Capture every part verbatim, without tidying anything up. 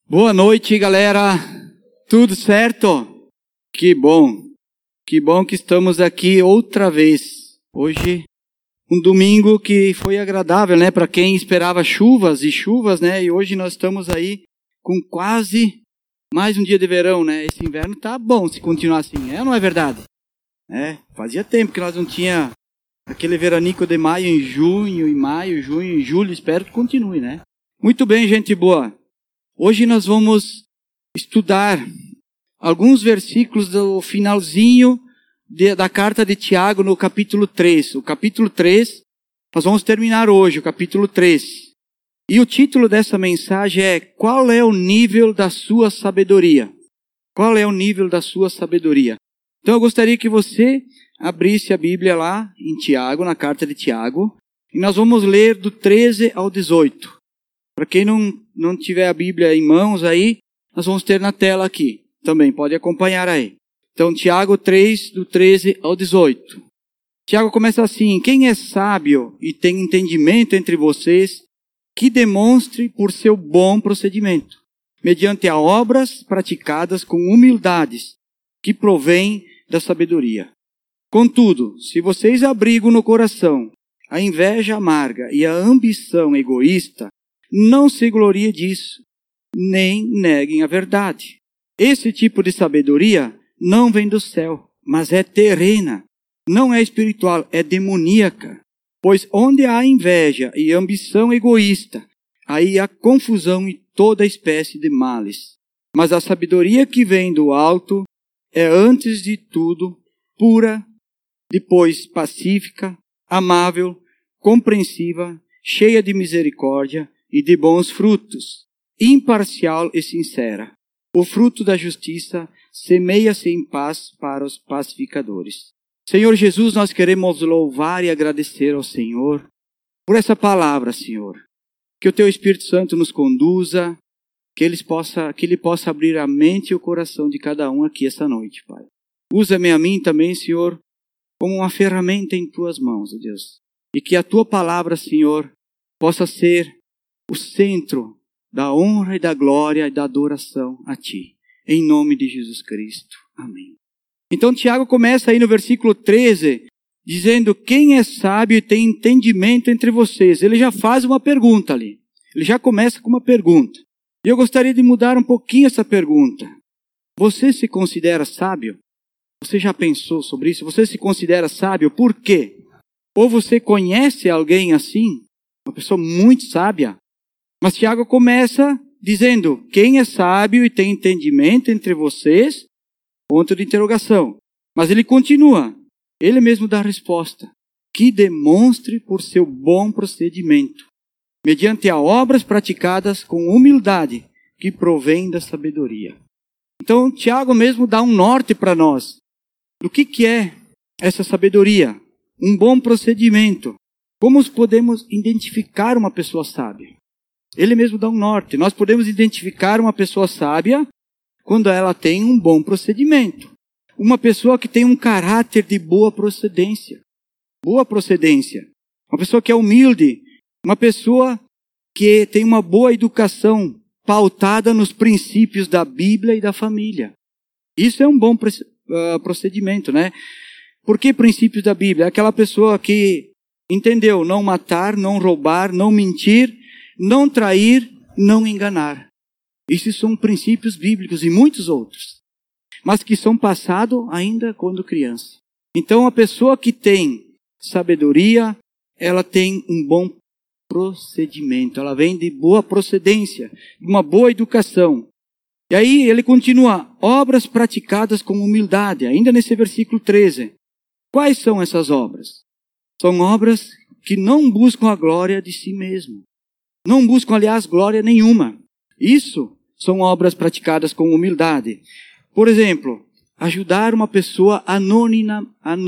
Boa noite, galera. Tudo certo? Que bom. Que bom que estamos aqui outra vez. Hoje, um domingo que foi agradável, né? Para quem esperava chuvas e chuvas, né? E hoje nós estamos aí com quase mais um dia de verão, né? Esse inverno tá bom se continuar assim, é ou não é verdade? É, fazia tempo que nós não tinha aquele veranico de maio em junho, em maio, junho, em julho. Espero que continue, né? Muito bem, gente boa. Hoje nós vamos estudar alguns versículos do finalzinho de, da carta de Tiago no capítulo três. O capítulo três, nós vamos terminar hoje, o capítulo três. E o título dessa mensagem é: qual é o nível da sua sabedoria? Qual é o nível da sua sabedoria? Então eu gostaria que você abrisse a Bíblia lá em Tiago, na carta de Tiago, e nós vamos ler do treze ao dezoito. Para quem não, não tiver a Bíblia em mãos aí, nós vamos ter na tela aqui. Também pode acompanhar aí. Então, Tiago três, do treze ao dezoito. Tiago começa assim: quem é sábio e tem entendimento entre vocês, que demonstre por seu bom procedimento, mediante a obras praticadas com humildades, que provém da sabedoria. Contudo, se vocês abrigam no coração a inveja amarga e a ambição egoísta, não se glorie disso, nem neguem a verdade. Esse tipo de sabedoria não vem do céu, mas é terrena, não é espiritual, é demoníaca. Pois onde há inveja e ambição egoísta, aí há confusão e toda espécie de males. Mas a sabedoria que vem do alto é antes de tudo pura, depois pacífica, amável, compreensiva, cheia de misericórdia e de bons frutos, imparcial e sincera. O fruto da justiça semeia-se em paz para os pacificadores. Senhor Jesus, nós queremos louvar e agradecer ao Senhor por essa palavra, Senhor. Que o Teu Espírito Santo nos conduza, que Ele possa, que Ele possa abrir a mente e o coração de cada um aqui essa noite, Pai. Usa-me a mim também, Senhor, como uma ferramenta em Tuas mãos, ó Deus. E que a Tua palavra, Senhor, possa ser o centro da honra e da glória e da adoração a Ti. Em nome de Jesus Cristo. Amém. Então Tiago começa aí no versículo treze, dizendo: quem é sábio e tem entendimento entre vocês? Ele já faz uma pergunta ali. Ele já começa com uma pergunta. E eu gostaria de mudar um pouquinho essa pergunta. Você se considera sábio? Você já pensou sobre isso? Você se considera sábio? Por quê? Ou você conhece alguém assim? Uma pessoa muito sábia? Mas Tiago começa dizendo: quem é sábio e tem entendimento entre vocês? Ponto de interrogação. Mas ele continua. Ele mesmo dá a resposta: que demonstre por seu bom procedimento, mediante a obras praticadas com humildade, que provém da sabedoria. Então, Tiago mesmo dá um norte para nós. Do que, que é essa sabedoria? Um bom procedimento. Como podemos identificar uma pessoa sábia? Ele mesmo dá um norte. Nós podemos identificar uma pessoa sábia quando ela tem um bom procedimento. Uma pessoa que tem um caráter de boa procedência. Boa procedência. Uma pessoa que é humilde. Uma pessoa que tem uma boa educação pautada nos princípios da Bíblia e da família. Isso é um bom procedimento, né? Por que princípios da Bíblia? É aquela pessoa que entendeu não matar, não roubar, não mentir, não trair, não enganar. Esses são princípios bíblicos e muitos outros, mas que são passados ainda quando criança. Então a pessoa que tem sabedoria, ela tem um bom procedimento, ela vem de boa procedência, de uma boa educação. E aí ele continua: obras praticadas com humildade, ainda nesse versículo treze. Quais são essas obras? São obras que não buscam a glória de si mesmo. Não buscam, aliás, glória nenhuma. Isso são obras praticadas com humildade. Por exemplo, ajudar uma pessoa anonima,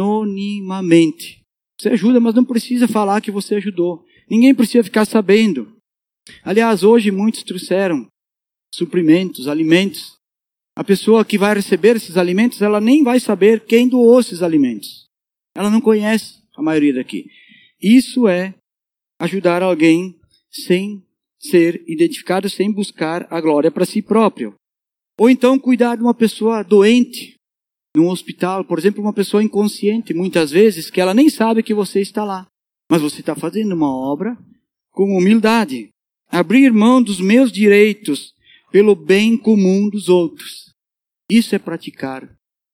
anonimamente. Você ajuda, mas não precisa falar que você ajudou. Ninguém precisa ficar sabendo. Aliás, hoje muitos trouxeram suprimentos, alimentos. A pessoa que vai receber esses alimentos, ela nem vai saber quem doou esses alimentos. Ela não conhece a maioria daqui. Isso é ajudar alguém sem ser identificado sem buscar a glória para si próprio. Ou então cuidar de uma pessoa doente, num hospital, por exemplo, uma pessoa inconsciente, muitas vezes, que ela nem sabe que você está lá. Mas você está fazendo uma obra com humildade. Abrir mão dos meus direitos pelo bem comum dos outros. Isso é praticar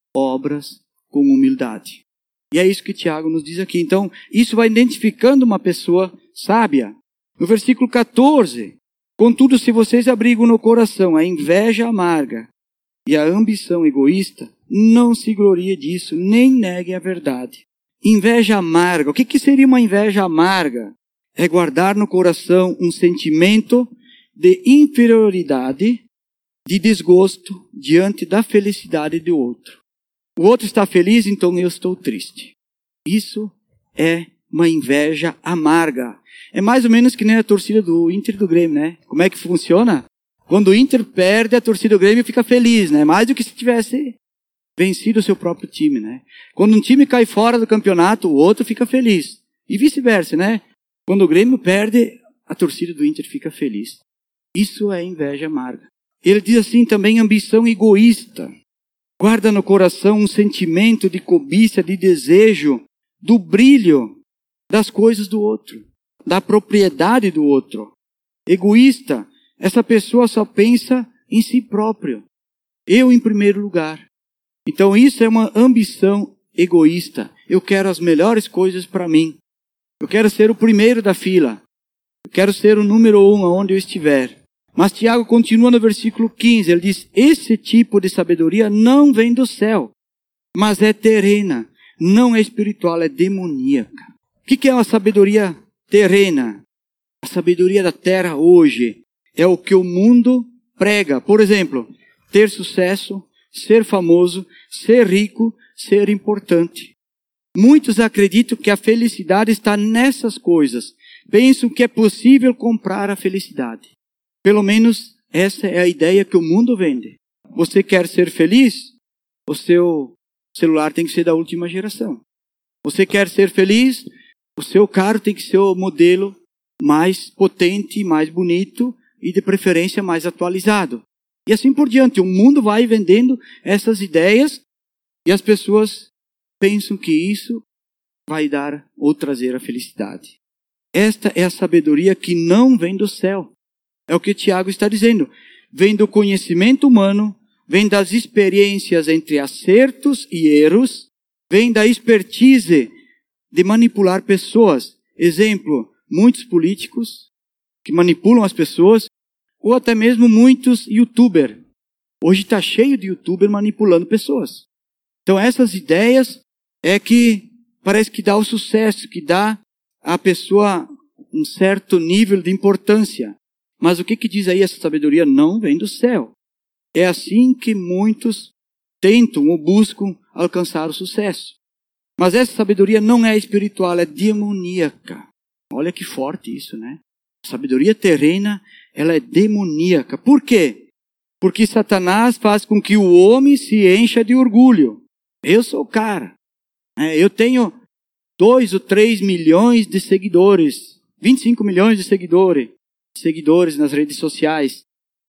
obras com humildade. E é isso que Tiago nos diz aqui. Então, isso vai identificando uma pessoa sábia. No versículo catorze, contudo, se vocês abrigam no coração a inveja amarga e a ambição egoísta, não se glorie disso, nem neguem a verdade. Inveja amarga. O que, que seria uma inveja amarga? É guardar no coração um sentimento de inferioridade, de desgosto diante da felicidade do outro. O outro está feliz, então eu estou triste. Isso é uma inveja amarga. É mais ou menos que nem a torcida do Inter e do Grêmio, né? Como é que funciona? Quando o Inter perde, a torcida do Grêmio fica feliz, né? Mais do que se tivesse vencido o seu próprio time, né? Quando um time cai fora do campeonato, o outro fica feliz. E vice-versa, né? Quando o Grêmio perde, a torcida do Inter fica feliz. Isso é inveja amarga. Ele diz assim também, ambição egoísta. Guarda no coração um sentimento de cobiça, de desejo, do brilho das coisas do outro, da propriedade do outro. Egoísta, essa pessoa só pensa em si próprio. Eu em primeiro lugar. Então isso é uma ambição egoísta. Eu quero as melhores coisas para mim. Eu quero ser o primeiro da fila. Eu quero ser o número um aonde eu estiver. Mas Tiago continua no versículo quinze. Ele diz, esse tipo de sabedoria não vem do céu, mas é terrena. Não é espiritual, é demoníaca. O que é uma sabedoria terrena? A sabedoria da terra hoje é o que o mundo prega. Por exemplo, ter sucesso, ser famoso, ser rico, ser importante. Muitos acreditam que a felicidade está nessas coisas. Pensam que é possível comprar a felicidade. Pelo menos essa é a ideia que o mundo vende. Você quer ser feliz? O seu celular tem que ser da última geração. Você quer ser feliz? O seu carro tem que ser o modelo mais potente, mais bonito e de preferência mais atualizado. E assim por diante. O mundo vai vendendo essas ideias e as pessoas pensam que isso vai dar ou trazer a felicidade. Esta é a sabedoria que não vem do céu. É o que Tiago está dizendo. Vem do conhecimento humano, vem das experiências entre acertos e erros, vem da expertise de manipular pessoas. Exemplo, muitos políticos que manipulam as pessoas, ou até mesmo muitos youtubers. Hoje está cheio de youtuber manipulando pessoas. Então essas ideias é que parece que dá o sucesso, que dá à pessoa um certo nível de importância. Mas o que, que diz aí essa sabedoria? Não vem do céu. É assim que muitos tentam ou buscam alcançar o sucesso. Mas essa sabedoria não é espiritual, é demoníaca. Olha que forte isso, né? A sabedoria terrena, ela é demoníaca. Por quê? Porque Satanás faz com que o homem se encha de orgulho. Eu sou o cara. É, eu tenho dois ou três milhões de seguidores. vinte e cinco milhões de seguidores. seguidores nas redes sociais,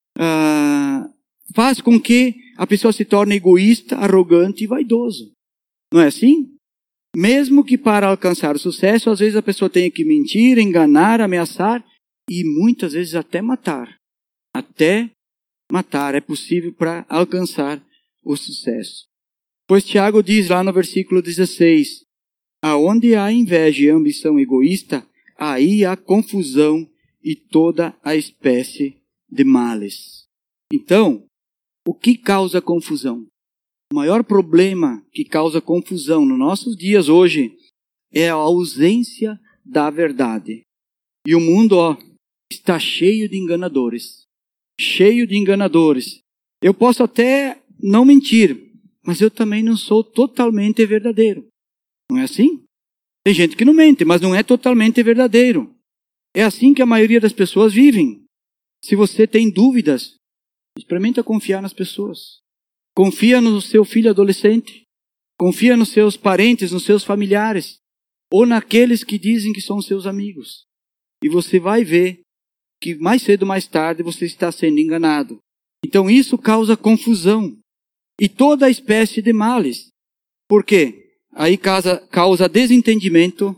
ah, faz com que a pessoa se torne egoísta, arrogante e vaidoso. Não é assim? Mesmo que para alcançar o sucesso, às vezes a pessoa tenha que mentir, enganar, ameaçar e muitas vezes até matar. Até matar é possível para alcançar o sucesso. Pois Tiago diz lá no versículo dezesseis, aonde há inveja e ambição egoísta, aí há confusão e toda a espécie de males. Então, o que causa confusão? O maior problema que causa confusão nos nossos dias hoje é a ausência da verdade. E o mundo, ó, está cheio de enganadores. Cheio de enganadores. Eu posso até não mentir, mas eu também não sou totalmente verdadeiro. Não é assim? Tem gente que não mente, mas não é totalmente verdadeiro. É assim que a maioria das pessoas vivem. Se você tem dúvidas, experimenta confiar nas pessoas. Confia no seu filho adolescente. Confia nos seus parentes, nos seus familiares. Ou naqueles que dizem que são seus amigos. E você vai ver que mais cedo ou mais tarde você está sendo enganado. Então isso causa confusão e toda espécie de males. Por quê? Aí causa, causa desentendimento,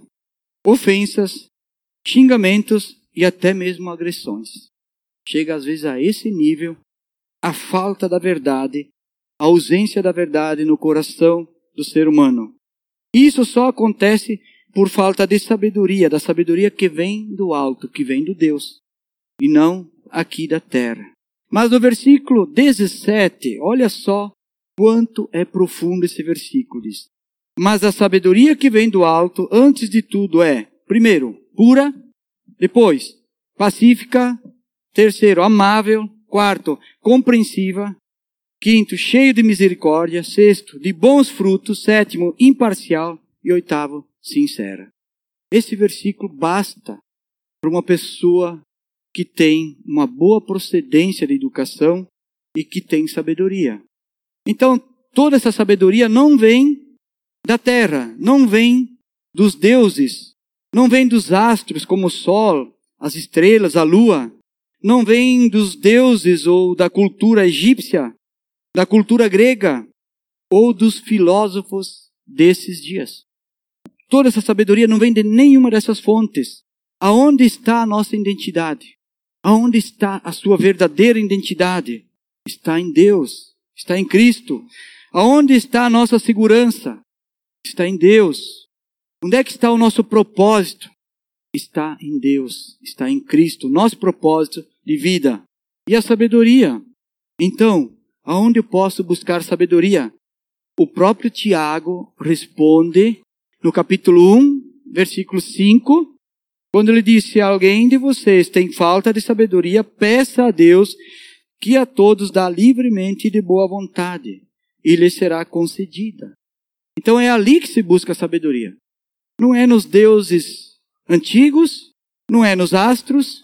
ofensas, xingamentos e até mesmo agressões. Chega às vezes a esse nível a falta da verdade, a ausência da verdade no coração do ser humano. Isso só acontece por falta de sabedoria, da sabedoria que vem do alto, que vem do Deus, e não aqui da terra. Mas no versículo dezessete, olha só quanto é profundo esse versículo. Diz: mas a sabedoria que vem do alto, antes de tudo é, primeiro, pura, depois, pacífica, terceiro, amável, quarto, compreensiva, quinto, cheio de misericórdia, sexto, de bons frutos, sétimo, imparcial e oitavo, sincera. Esse versículo basta para uma pessoa que tem uma boa procedência de educação e que tem sabedoria. Então, toda essa sabedoria não vem da terra, não vem dos deuses, não vem dos astros como o sol, as estrelas, a lua, não vem dos deuses ou da cultura egípcia, da cultura grega ou dos filósofos desses dias. Toda essa sabedoria não vem de nenhuma dessas fontes. Aonde está a nossa identidade? Aonde está a sua verdadeira identidade? Está em Deus, está em Cristo. Aonde está a nossa segurança? Está em Deus. Onde é que está o nosso propósito? Está em Deus, está em Cristo, nosso propósito de vida. E a sabedoria? Então, aonde eu posso buscar sabedoria? O próprio Tiago responde no capítulo um, versículo cinco, quando ele diz: se alguém de vocês tem falta de sabedoria, peça a Deus, que a todos dá livremente e de boa vontade, e lhe será concedida. Então é ali que se busca a sabedoria. Não é nos deuses antigos, não é nos astros,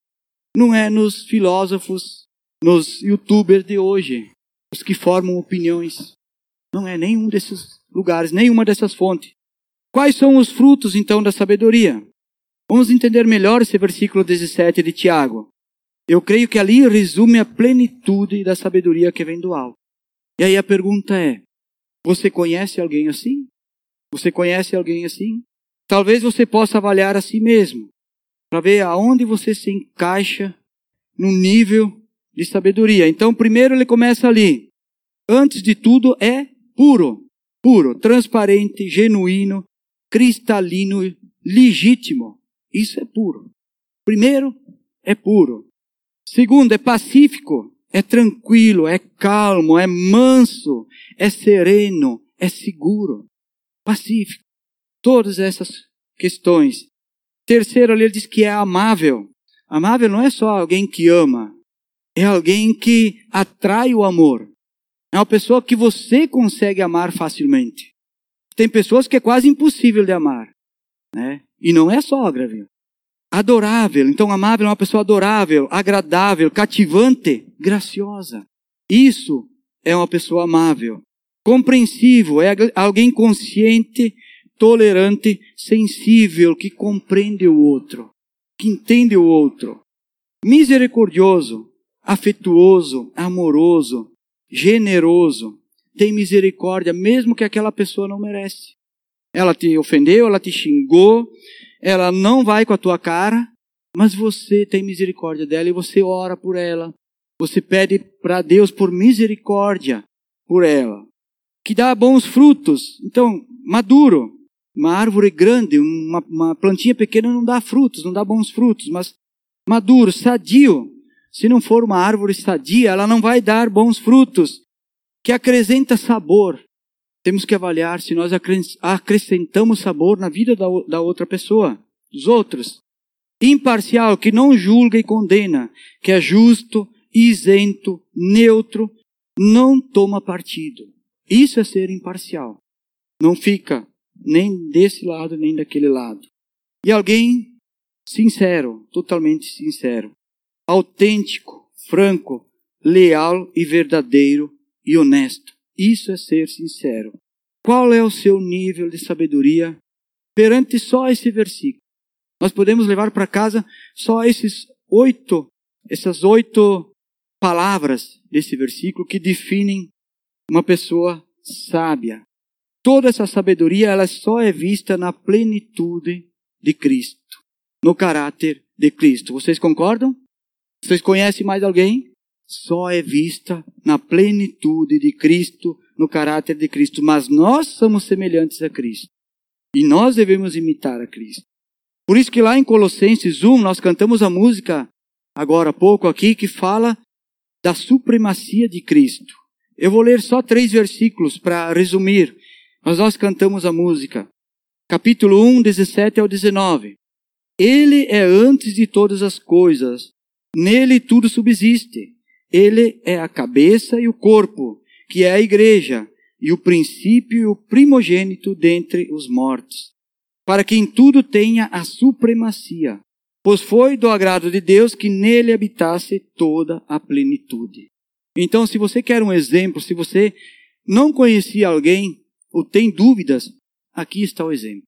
não é nos filósofos, nos youtubers de hoje, os que formam opiniões. Não é nenhum desses lugares, nenhuma dessas fontes. Quais são os frutos, então, da sabedoria? Vamos entender melhor esse versículo dezessete de Tiago. Eu creio que ali resume a plenitude da sabedoria que vem do alto. E aí a pergunta é: você conhece alguém assim? Você conhece alguém assim? Talvez você possa avaliar a si mesmo, para ver aonde você se encaixa no nível de sabedoria. Então, primeiro ele começa ali. Antes de tudo é puro, puro, transparente, genuíno, cristalino, legítimo. Isso é puro. Primeiro, é puro. Segundo, é pacífico, é tranquilo, é calmo, é manso, é sereno, é seguro. Pacífico. Todas essas questões. Terceiro, ali ele diz que é amável. Amável não é só alguém que ama. É alguém que atrai o amor. É uma pessoa que você consegue amar facilmente. Tem pessoas que é quase impossível de amar, né? E não é sogra, viu? Adorável. Então, amável é uma pessoa adorável, agradável, cativante, graciosa. Isso é uma pessoa amável. Compreensivo é alguém consciente, tolerante, sensível, que compreende o outro, que entende o outro. Misericordioso, afetuoso, amoroso, generoso, tem misericórdia, mesmo que aquela pessoa não merece. Ela te ofendeu, ela te xingou, ela não vai com a tua cara, mas você tem misericórdia dela e você ora por ela. Você pede para Deus por misericórdia por ela. Que dá bons frutos. Então, maduro. Uma árvore grande, uma, uma plantinha pequena não dá frutos, não dá bons frutos, mas maduro, sadio. Se não for uma árvore sadia, ela não vai dar bons frutos. Que acrescenta sabor. Temos que avaliar se nós acrescentamos sabor na vida da, da outra pessoa, dos outros. Imparcial, que não julga e condena, que é justo, isento, neutro, não toma partido. Isso é ser imparcial. Não fica nem desse lado, nem daquele lado. E alguém sincero, totalmente sincero, autêntico, franco, leal e verdadeiro e honesto. Isso é ser sincero. Qual é o seu nível de sabedoria perante só esse versículo? Nós podemos levar para casa só esses oito, essas oito palavras desse versículo que definem uma pessoa sábia. Toda essa sabedoria, ela só é vista na plenitude de Cristo, no caráter de Cristo. Vocês concordam? Vocês conhecem mais alguém? Só é vista na plenitude de Cristo, no caráter de Cristo. Mas nós somos semelhantes a Cristo. E nós devemos imitar a Cristo. Por isso que lá em Colossenses um, nós cantamos a música, agora há pouco aqui, que fala da supremacia de Cristo. Eu vou ler só três versículos para resumir, mas nós cantamos a música. Capítulo um, dezessete ao dezenove. Ele é antes de todas as coisas, nele tudo subsiste. Ele é a cabeça e o corpo, que é a igreja, e o princípio e o primogênito dentre os mortos, para que em tudo tenha a supremacia, pois foi do agrado de Deus que nele habitasse toda a plenitude. Então, se você quer um exemplo, se você não conhecia alguém, ou tem dúvidas, aqui está o exemplo.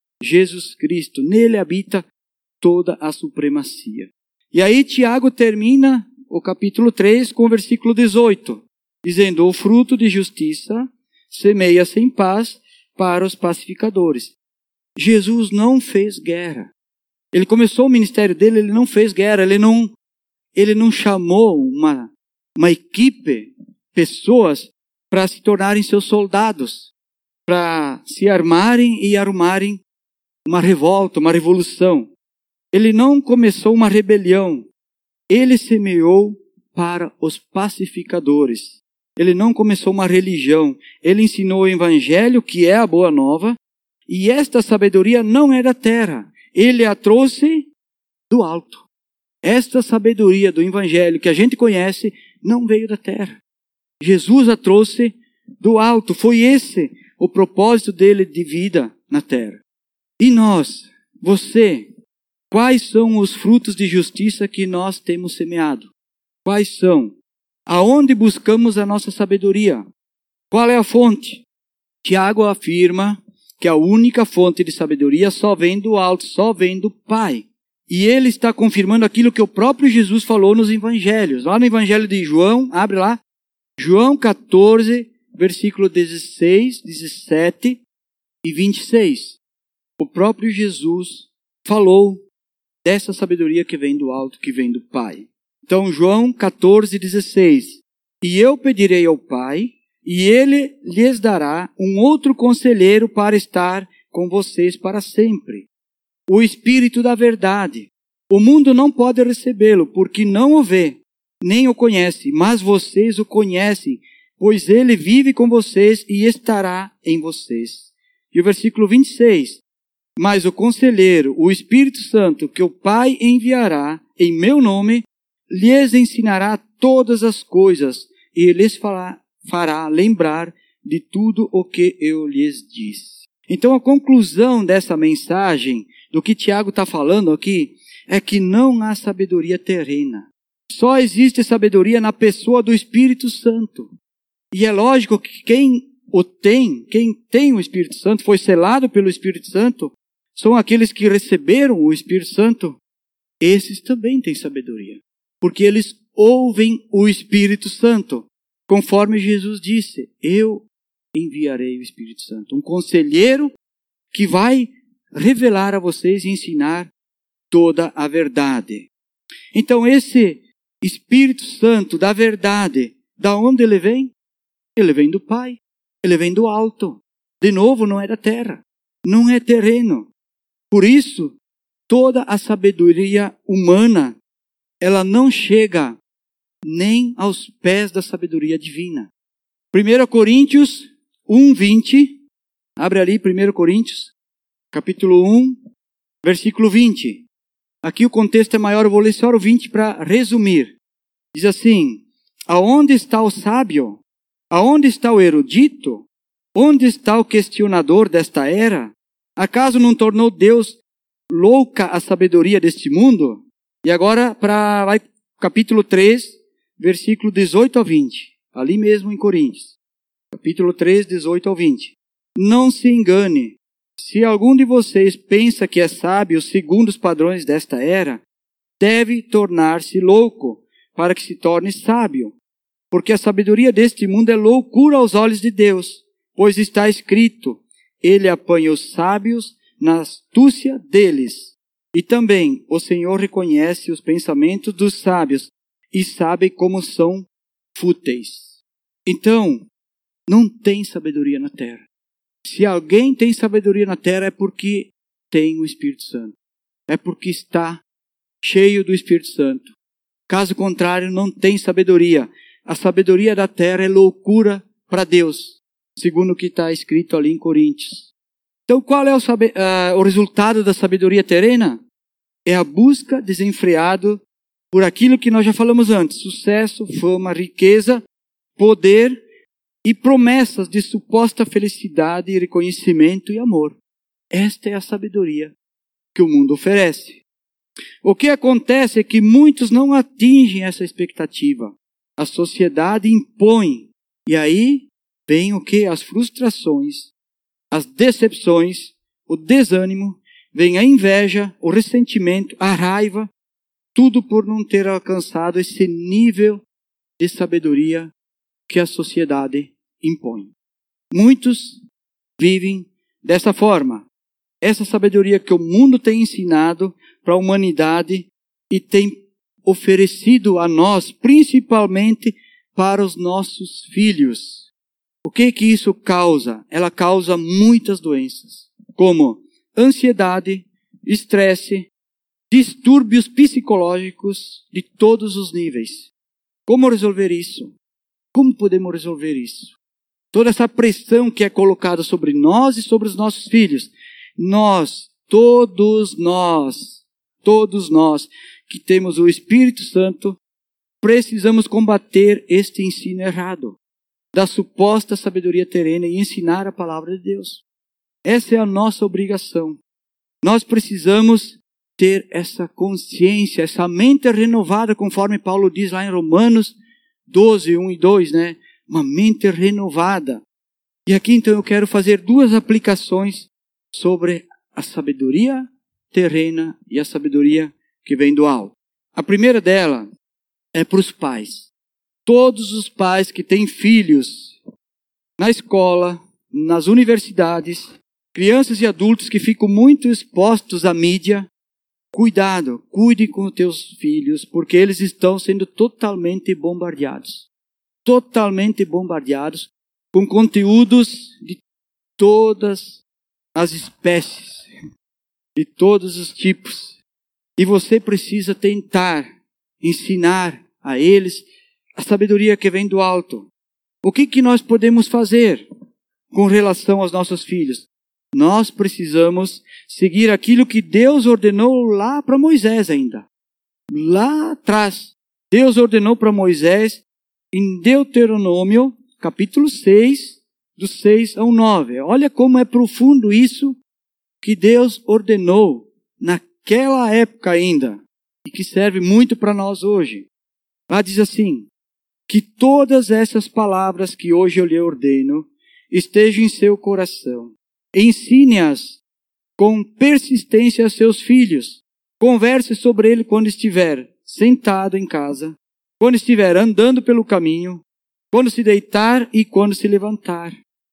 Jesus Cristo, nele habita toda a supremacia. E aí Tiago termina o capítulo três com o versículo dezoito, dizendo: o fruto de justiça semeia-se em paz para os pacificadores. Jesus não fez guerra. Ele começou o ministério dele, ele não fez guerra, ele não, ele não chamou uma, uma equipe, pessoas, para se tornarem seus soldados, para se armarem e armarem uma revolta, uma revolução. Ele não começou uma rebelião. Ele semeou para os pacificadores. Ele não começou uma religião. Ele ensinou o evangelho, que é a boa nova, e esta sabedoria não é da terra. Ele a trouxe do alto. Esta sabedoria do evangelho que a gente conhece não veio da terra. Jesus a trouxe do alto. Foi esse o propósito dele de vida na terra. E nós, você, quais são os frutos de justiça que nós temos semeado? Quais são? Aonde buscamos a nossa sabedoria? Qual é a fonte? Tiago afirma que a única fonte de sabedoria só vem do alto, só vem do Pai. E ele está confirmando aquilo que o próprio Jesus falou nos evangelhos. Lá no evangelho de João, abre lá, João catorze, versículo dezesseis, dezessete e vinte e seis. O próprio Jesus falou dessa sabedoria que vem do alto, que vem do Pai. Então, João catorze, dezesseis. E eu pedirei ao Pai, e ele lhes dará um outro conselheiro para estar com vocês para sempre. O Espírito da verdade. O mundo não pode recebê-lo, porque não o vê, nem o conhece, mas vocês o conhecem, pois ele vive com vocês e estará em vocês. E o versículo vinte e seis. Mas o conselheiro, o Espírito Santo, que o Pai enviará em meu nome, lhes ensinará todas as coisas e lhes fará, fará lembrar de tudo o que eu lhes disse. Então a conclusão dessa mensagem, do que Tiago está falando aqui, é que não há sabedoria terrena. Só existe sabedoria na pessoa do Espírito Santo. E é lógico que quem o tem, quem tem o Espírito Santo, foi selado pelo Espírito Santo, são aqueles que receberam o Espírito Santo. Esses também têm sabedoria, porque eles ouvem o Espírito Santo. Conforme Jesus disse, eu enviarei o Espírito Santo, um conselheiro que vai revelar a vocês e ensinar toda a verdade. Então esse Espírito Santo da verdade, da onde ele vem? Ele vem do Pai, ele vem do alto. De novo, não é da terra, não é terreno. Por isso, toda a sabedoria humana, ela não chega nem aos pés da sabedoria divina. primeira Coríntios um, vinte, abre ali primeira Coríntios, capítulo um, versículo vinte. Aqui o contexto é maior, eu vou ler só o vinte para resumir. Diz assim, aonde está o sábio? Aonde está o erudito? Onde está o questionador desta era? Acaso não tornou Deus louca a sabedoria deste mundo? E agora para capítulo três, versículo dezoito a vinte. Ali mesmo em Coríntios. Capítulo três, dezoito ao vinte. Não se engane. Se algum de vocês pensa que é sábio segundo os padrões desta era, deve tornar-se louco, para que se torne sábio. Porque a sabedoria deste mundo é loucura aos olhos de Deus, pois está escrito, Ele apanha os sábios na astúcia deles. E também o Senhor reconhece os pensamentos dos sábios e sabe como são fúteis. Então, não tem sabedoria na terra. Se alguém tem sabedoria na terra é porque tem o Espírito Santo. É porque está cheio do Espírito Santo. Caso contrário, não tem sabedoria. A sabedoria da terra é loucura para Deus, segundo o que está escrito ali em Coríntios. Então, qual é o, sabe, uh, o resultado da sabedoria terrena? É a busca desenfreada por aquilo que nós já falamos antes. Sucesso, fama, riqueza, poder e promessas de suposta felicidade, reconhecimento e amor. Esta é a sabedoria que o mundo oferece. O que acontece é que muitos não atingem essa expectativa. A sociedade impõe. E aí vem o que? As frustrações, as decepções, o desânimo, vem a inveja, o ressentimento, a raiva, tudo por não ter alcançado esse nível de sabedoria que a sociedade impõe. Muitos vivem dessa forma. Essa sabedoria que o mundo tem ensinado para a humanidade e tem oferecido a nós, principalmente para os nossos filhos. O que que isso causa? Ela causa muitas doenças, como ansiedade, estresse, distúrbios psicológicos de todos os níveis. Como resolver isso? Como podemos resolver isso? Toda essa pressão que é colocada sobre nós e sobre os nossos filhos. Nós, todos nós, todos nós que temos o Espírito Santo, precisamos combater este ensino errado da suposta sabedoria terrena e ensinar a palavra de Deus. Essa é a nossa obrigação. Nós precisamos ter essa consciência, essa mente renovada, conforme Paulo diz lá em Romanos doze, um e dois, né? Uma mente renovada. E aqui então eu quero fazer duas aplicações sobre a sabedoria terrena e a sabedoria que vem do alto. A primeira dela é para os pais. Todos os pais que têm filhos na escola, nas universidades, crianças e adultos que ficam muito expostos à mídia, cuidado, cuide com os teus filhos, porque eles estão sendo totalmente bombardeados. Totalmente bombardeados com conteúdos de todas as espécies, de todos os tipos. E você precisa tentar ensinar a eles a sabedoria que vem do alto. O que que nós podemos fazer com relação aos nossos filhos? Nós precisamos seguir aquilo que Deus ordenou lá para Moisés ainda. Lá atrás, Deus ordenou para Moisés em Deuteronômio, capítulo seis, do seis ao nove. Olha como é profundo isso que Deus ordenou naquela época ainda e que serve muito para nós hoje. Lá diz assim, que todas essas palavras que hoje eu lhe ordeno estejam em seu coração. Ensine-as com persistência a seus filhos. Converse sobre ele quando estiver sentado em casa, quando estiver andando pelo caminho, quando se deitar e quando se levantar.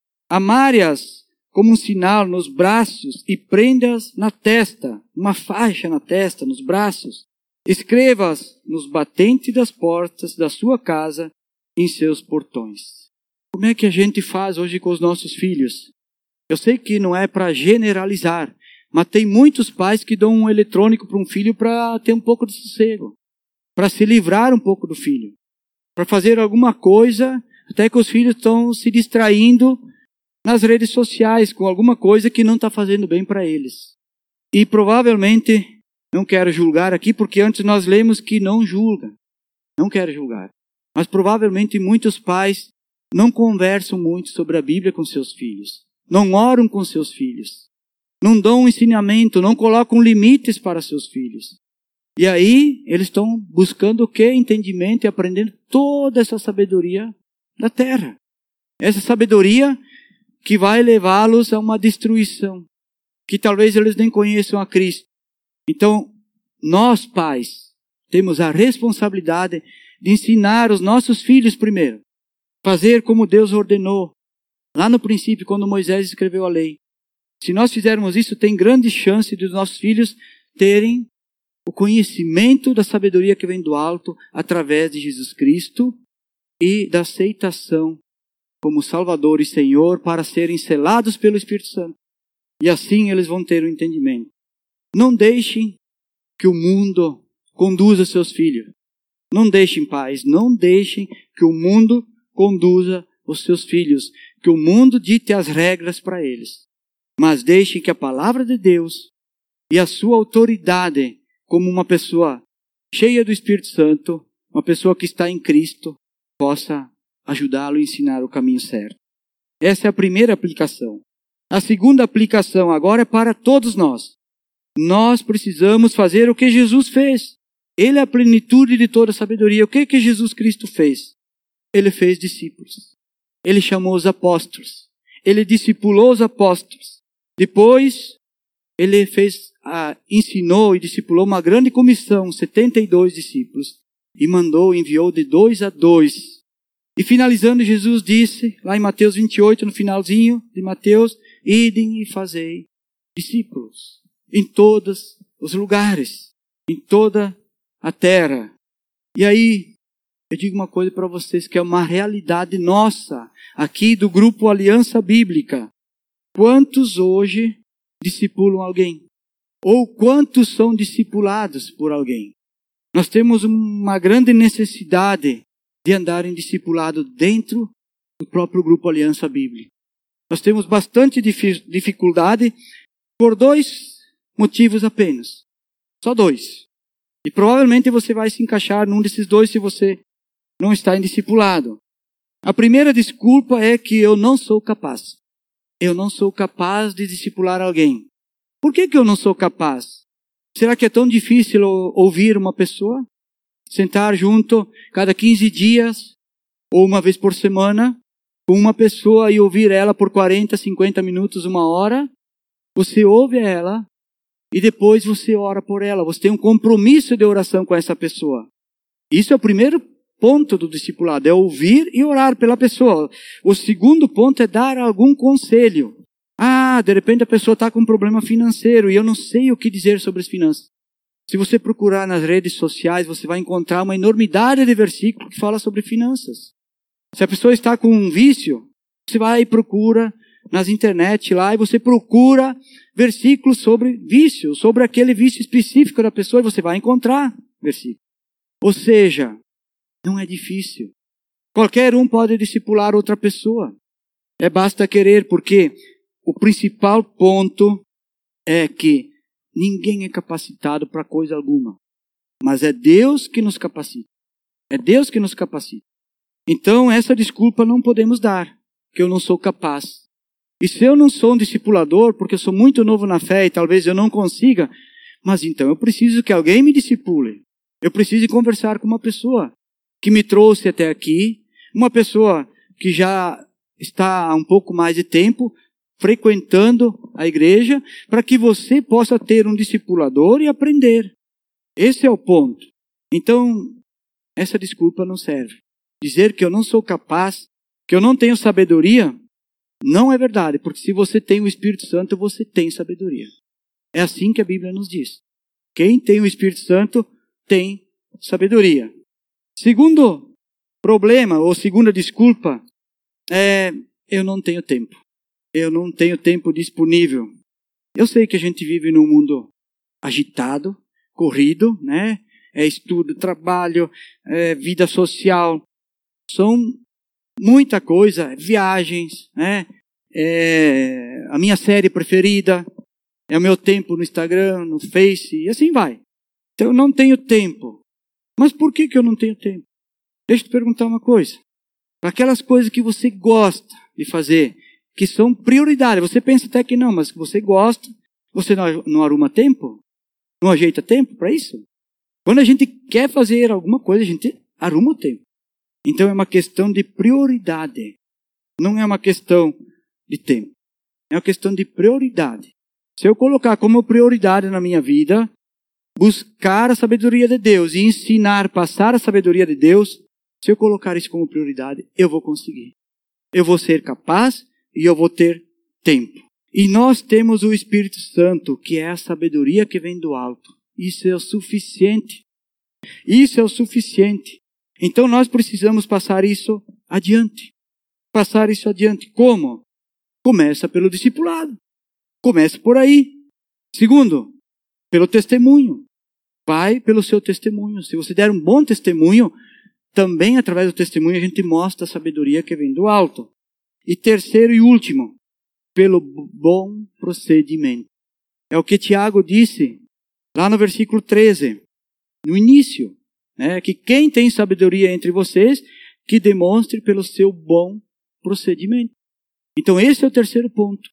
Amare-as como um sinal nos braços e prenda-as na testa, uma faixa na testa, nos braços. Escreva-as nos batentes das portas da sua casa, em seus portões. Como é que a gente faz hoje com os nossos filhos? Eu sei que não é para generalizar, mas tem muitos pais que dão um eletrônico para um filho para ter um pouco de sossego, para se livrar um pouco do filho, para fazer alguma coisa, até que os filhos estão se distraindo nas redes sociais com alguma coisa que não está fazendo bem para eles. E provavelmente, não quero julgar aqui, porque antes nós lemos que não julga. Não quero julgar. Mas provavelmente muitos pais não conversam muito sobre a Bíblia com seus filhos. Não oram com seus filhos. Não dão um ensinamento, não colocam limites para seus filhos. E aí, eles estão buscando o quê? Entendimento e aprendendo toda essa sabedoria da terra. Essa sabedoria que vai levá-los a uma destruição. Que talvez eles nem conheçam a Cristo. Então, nós pais temos a responsabilidade de ensinar os nossos filhos primeiro. Fazer como Deus ordenou. Lá no princípio, quando Moisés escreveu a lei. Se nós fizermos isso, tem grande chance de os nossos filhos terem o conhecimento da sabedoria que vem do alto através de Jesus Cristo e da aceitação como Salvador e Senhor para serem selados pelo Espírito Santo. E assim eles vão ter o entendimento. Não deixem que o mundo conduza seus filhos. Não deixem, pais, não deixem que o mundo conduza os seus filhos, que o mundo dite as regras para eles. Mas deixem que a palavra de Deus e a sua autoridade, como uma pessoa cheia do Espírito Santo, uma pessoa que está em Cristo, possa ajudá-lo a ensinar o caminho certo. Essa é a primeira aplicação. A segunda aplicação agora é para todos nós. Nós precisamos fazer o que Jesus fez. Ele é a plenitude de toda a sabedoria. O que que Jesus Cristo fez? Ele fez discípulos. Ele chamou os apóstolos. Ele discipulou os apóstolos. Depois, ele fez, ah, ensinou e discipulou uma grande comissão, setenta e dois discípulos. E mandou, enviou de dois a dois. E finalizando, Jesus disse, lá em Mateus vinte e oito, no finalzinho de Mateus, idem e fazei discípulos em todos os lugares, em toda a terra. E aí, eu digo uma coisa para vocês que é uma realidade nossa, aqui do grupo Aliança Bíblica. Quantos hoje discipulam alguém? Ou quantos são discipulados por alguém? Nós temos uma grande necessidade de andar em discipulado dentro do próprio grupo Aliança Bíblica. Nós temos bastante dificuldade por dois motivos apenas. Só dois. E provavelmente você vai se encaixar num desses dois se você não está em discipulado. A primeira desculpa é que eu não sou capaz. Eu não sou capaz de discipular alguém. Por que que eu não sou capaz? Será que é tão difícil ouvir uma pessoa? Sentar junto cada quinze dias ou uma vez por semana com uma pessoa e ouvir ela por quarenta, cinquenta minutos, uma hora? Você ouve ela e depois você ora por ela. Você tem um compromisso de oração com essa pessoa. Isso é o primeiro ponto do discipulado, é ouvir e orar pela pessoa. O segundo ponto é dar algum conselho. Ah, de repente a pessoa está com um problema financeiro e eu não sei o que dizer sobre as finanças. Se você procurar nas redes sociais, você vai encontrar uma enormidade de versículos que fala sobre finanças. Se a pessoa está com um vício, você vai e procura nas internet lá e você procura versículos sobre vício, sobre aquele vício específico da pessoa e você vai encontrar versículos. Ou seja, não é difícil. Qualquer um pode discipular outra pessoa. É basta querer, porque o principal ponto é que ninguém é capacitado para coisa alguma. Mas é Deus que nos capacita. É Deus que nos capacita. Então, essa desculpa não podemos dar, que eu não sou capaz. E se eu não sou um discipulador, porque eu sou muito novo na fé e talvez eu não consiga, mas então eu preciso que alguém me discipule. Eu preciso conversar com uma pessoa que me trouxe até aqui, uma pessoa que já está há um pouco mais de tempo frequentando a igreja, para que você possa ter um discipulador e aprender. Esse é o ponto. Então, essa desculpa não serve. Dizer que eu não sou capaz, que eu não tenho sabedoria, não é verdade, porque se você tem o Espírito Santo, você tem sabedoria. É assim que a Bíblia nos diz. Quem tem o Espírito Santo tem sabedoria. Segundo problema, ou segunda desculpa, é eu não tenho tempo. Eu não tenho tempo disponível. Eu sei que a gente vive num mundo agitado, corrido, né? É estudo, trabalho, é vida social. São muita coisa, viagens, né? É a minha série preferida, é o meu tempo no Instagram, no Face, e assim vai. Então eu não tenho tempo. Mas por que que eu não tenho tempo? Deixa eu te perguntar uma coisa. Para aquelas coisas que você gosta de fazer, que são prioridade. Você pensa até que não, mas que você gosta, você não, não arruma tempo? Não ajeita tempo para isso? Quando a gente quer fazer alguma coisa, a gente arruma o tempo. Então é uma questão de prioridade. Não é uma questão de tempo. É uma questão de prioridade. Se eu colocar como prioridade na minha vida buscar a sabedoria de Deus e ensinar, passar a sabedoria de Deus, se eu colocar isso como prioridade, eu vou conseguir. Eu vou ser capaz e eu vou ter tempo. E nós temos o Espírito Santo, que é a sabedoria que vem do alto. Isso é o suficiente. Isso é o suficiente. Então nós precisamos passar isso adiante. Passar isso adiante. Como? Começa pelo discipulado. Começa por aí. Segundo, pelo testemunho. Vai pelo seu testemunho. Se você der um bom testemunho, também através do testemunho a gente mostra a sabedoria que vem do alto. E terceiro e último, pelo bom procedimento. É o que Tiago disse lá no versículo treze, no início, né? Que quem tem sabedoria entre vocês, que demonstre pelo seu bom procedimento. Então esse é o terceiro ponto.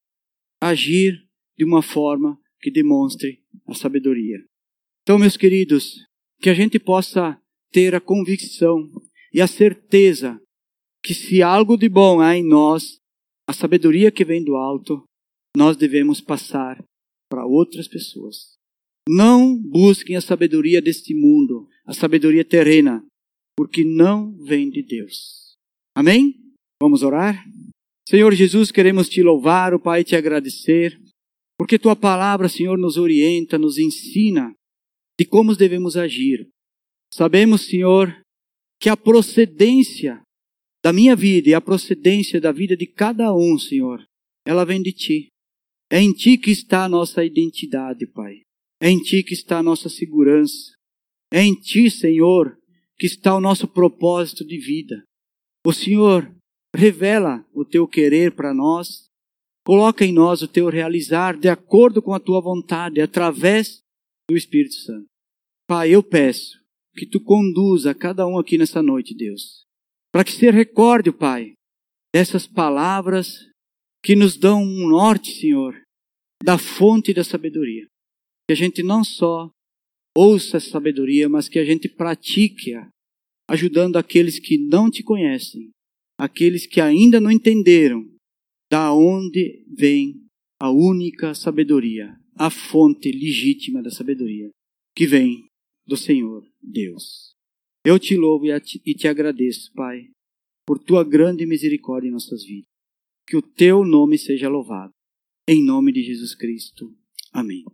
Agir de uma forma que demonstre a sabedoria. Então, meus queridos, que a gente possa ter a convicção e a certeza que se algo de bom há em nós, a sabedoria que vem do alto, nós devemos passar para outras pessoas. Não busquem a sabedoria deste mundo, a sabedoria terrena, porque não vem de Deus. Amém? Vamos orar? Senhor Jesus, queremos te louvar, ó Pai, te agradecer, porque tua palavra, Senhor, nos orienta, nos ensina de como devemos agir. Sabemos, Senhor, que a procedência da minha vida e a procedência da vida de cada um, Senhor, ela vem de Ti. É em Ti que está a nossa identidade, Pai. É em Ti que está a nossa segurança. É em Ti, Senhor, que está o nosso propósito de vida. O Senhor revela o Teu querer para nós. Coloca em nós o Teu realizar de acordo com a Tua vontade, através do Espírito Santo. Pai, eu peço que Tu conduza cada um aqui nessa noite, Deus. Para que se recorde, Pai, dessas palavras que nos dão um norte, Senhor, da fonte da sabedoria. Que a gente não só ouça a sabedoria, mas que a gente pratique-a, ajudando aqueles que não Te conhecem, aqueles que ainda não entenderam da onde vem a única sabedoria, a fonte legítima da sabedoria, que vem do Senhor Deus. Eu Te louvo e Te agradeço, Pai, por Tua grande misericórdia em nossas vidas. Que o Teu nome seja louvado. Em nome de Jesus Cristo. Amém.